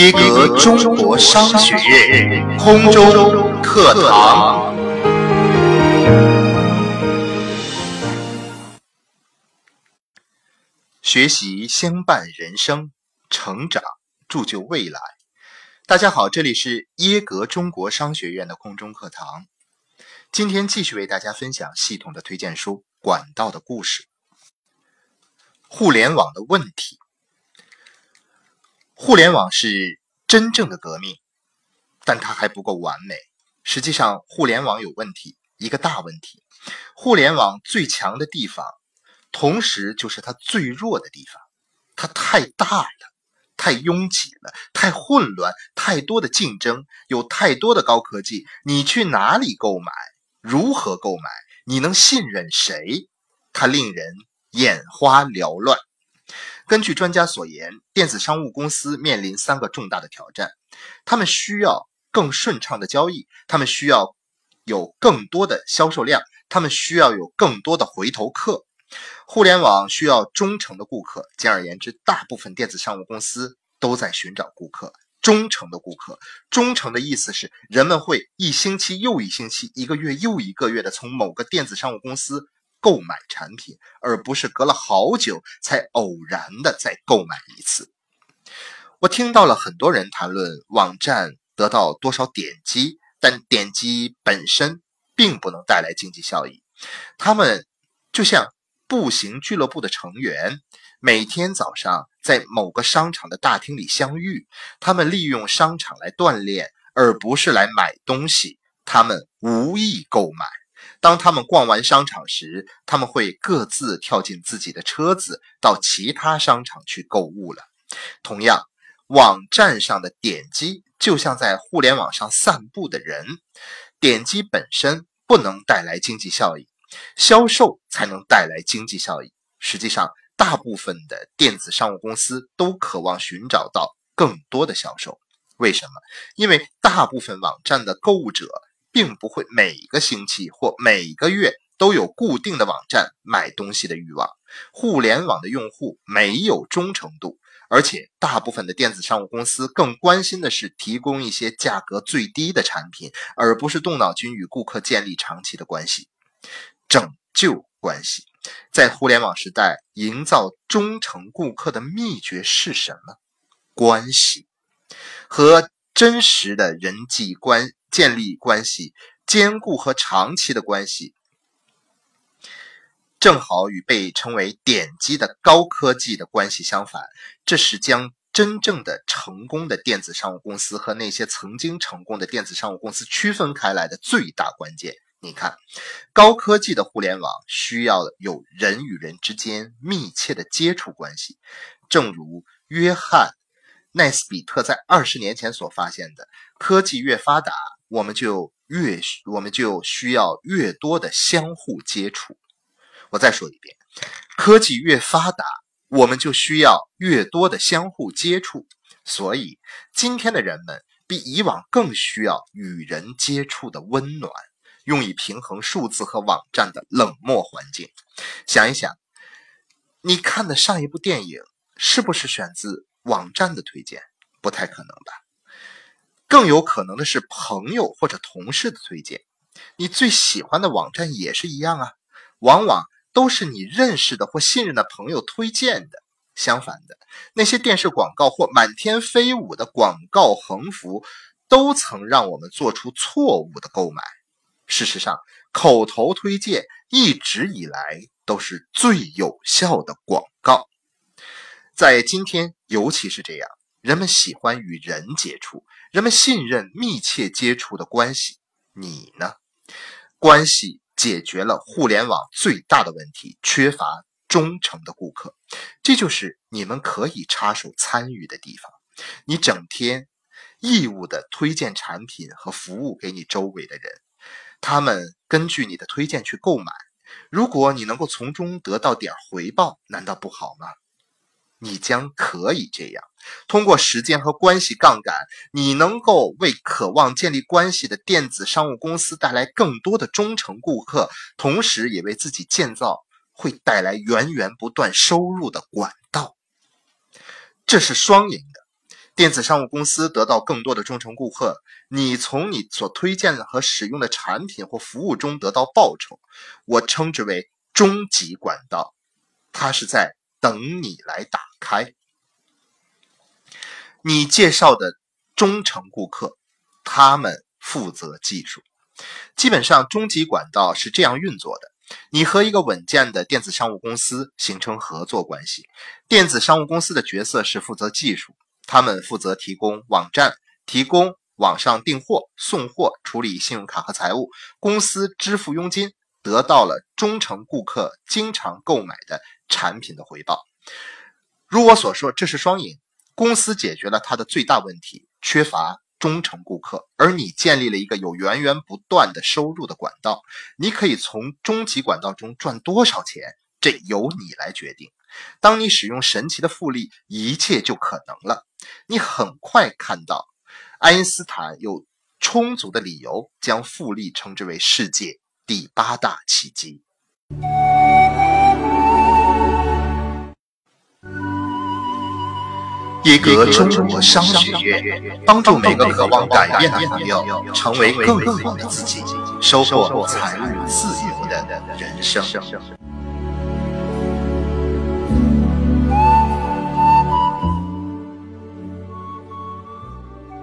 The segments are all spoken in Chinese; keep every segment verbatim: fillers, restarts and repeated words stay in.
耶格中国商学院空中课堂。学习相伴人生，成长铸就未来。大家好，这里是耶格中国商学院的空中课堂。今天继续为大家分享系统的推荐书《管道的故事》。互联网的问题。互联网是真正的革命，但它还不够完美。实际上，互联网有问题，一个大问题。互联网最强的地方，同时就是它最弱的地方。它太大了，太拥挤了，太混乱，太多的竞争，有太多的高科技。你去哪里购买？如何购买？你能信任谁？它令人眼花缭乱。根据专家所言，电子商务公司面临三个重大的挑战。他们需要更顺畅的交易，他们需要有更多的销售量，他们需要有更多的回头客。互联网需要忠诚的顾客，简而言之，大部分电子商务公司都在寻找顾客，忠诚的顾客。忠诚的意思是，人们会一星期又一星期，一个月又一个月的从某个电子商务公司购买产品，而不是隔了好久才偶然的再购买一次。我听到了很多人谈论网站得到多少点击，但点击本身并不能带来经济效益。他们就像步行俱乐部的成员，每天早上在某个商场的大厅里相遇，他们利用商场来锻炼，而不是来买东西。他们无意购买。当他们逛完商场时，他们会各自跳进自己的车子，到其他商场去购物了。同样，网站上的点击就像在互联网上散步的人，点击本身不能带来经济效益，销售才能带来经济效益。实际上，大部分的电子商务公司都渴望寻找到更多的销售。为什么？因为大部分网站的购物者并不会每个星期或每个月都有固定的网站买东西的欲望。互联网的用户没有忠诚度，而且大部分的电子商务公司更关心的是提供一些价格最低的产品，而不是动脑筋与顾客建立长期的关系。拯救关系。在互联网时代，营造忠诚顾客的秘诀是什么？关系。和真实的人际关建立关系，坚固和长期的关系，正好与被称为点击的高科技的关系相反。这是将真正的成功的电子商务公司和那些曾经成功的电子商务公司区分开来的最大关键。你看，高科技的互联网需要有人与人之间密切的接触关系，正如约翰奈斯比特在二十年前所发现的，科技越发达，我们就越我们就需要越多的相互接触。我再说一遍，科技越发达，我们就需要越多的相互接触。所以，今天的人们比以往更需要与人接触的温暖，用以平衡数字和网站的冷漠环境。想一想，你看的上一部电影是不是选自网站的推荐？不太可能吧。更有可能的是朋友或者同事的推荐。你最喜欢的网站也是一样啊，往往都是你认识的或信任的朋友推荐的。相反的，那些电视广告或满天飞舞的广告横幅，都曾让我们做出错误的购买。事实上，口头推荐一直以来都是最有效的广告。在今天尤其是这样，人们喜欢与人接触，人们信任密切接触的关系。你呢？关系解决了互联网最大的问题，缺乏忠诚的顾客。这就是你们可以插手参与的地方。你整天义务的推荐产品和服务给你周围的人，他们根据你的推荐去购买。如果你能够从中得到点回报，难道不好吗？你将可以这样，通过时间和关系杠杆，你能够为渴望建立关系的电子商务公司带来更多的忠诚顾客，同时也为自己建造会带来源源不断收入的管道。这是双赢的。 电子商务公司得到更多的忠诚顾客，你从你所推荐和使用的产品或服务中得到报酬，我称之为终极管道，它是在等你来打开。你介绍的忠诚顾客，他们负责技术。基本上终极管道是这样运作的，你和一个稳健的电子商务公司形成合作关系，电子商务公司的角色是负责技术，他们负责提供网站，提供网上订货、送货、处理信用卡和财务，公司支付佣金，得到了忠诚顾客经常购买的产品的回报。如我所说，这是双赢，公司解决了它的最大问题，缺乏忠诚顾客，而你建立了一个有源源不断的收入的管道，你可以从终极管道中赚多少钱，这由你来决定。当你使用神奇的复利，一切就可能了。你很快看到，爱因斯坦有充足的理由将复利称之为世界第八大奇迹。一个中国商学院，帮助每个渴望改变的朋友成为更好的自己，收获财务自由的人生。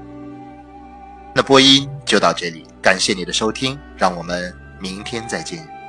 那播音就到这里，感谢你的收听，让我们明天再见。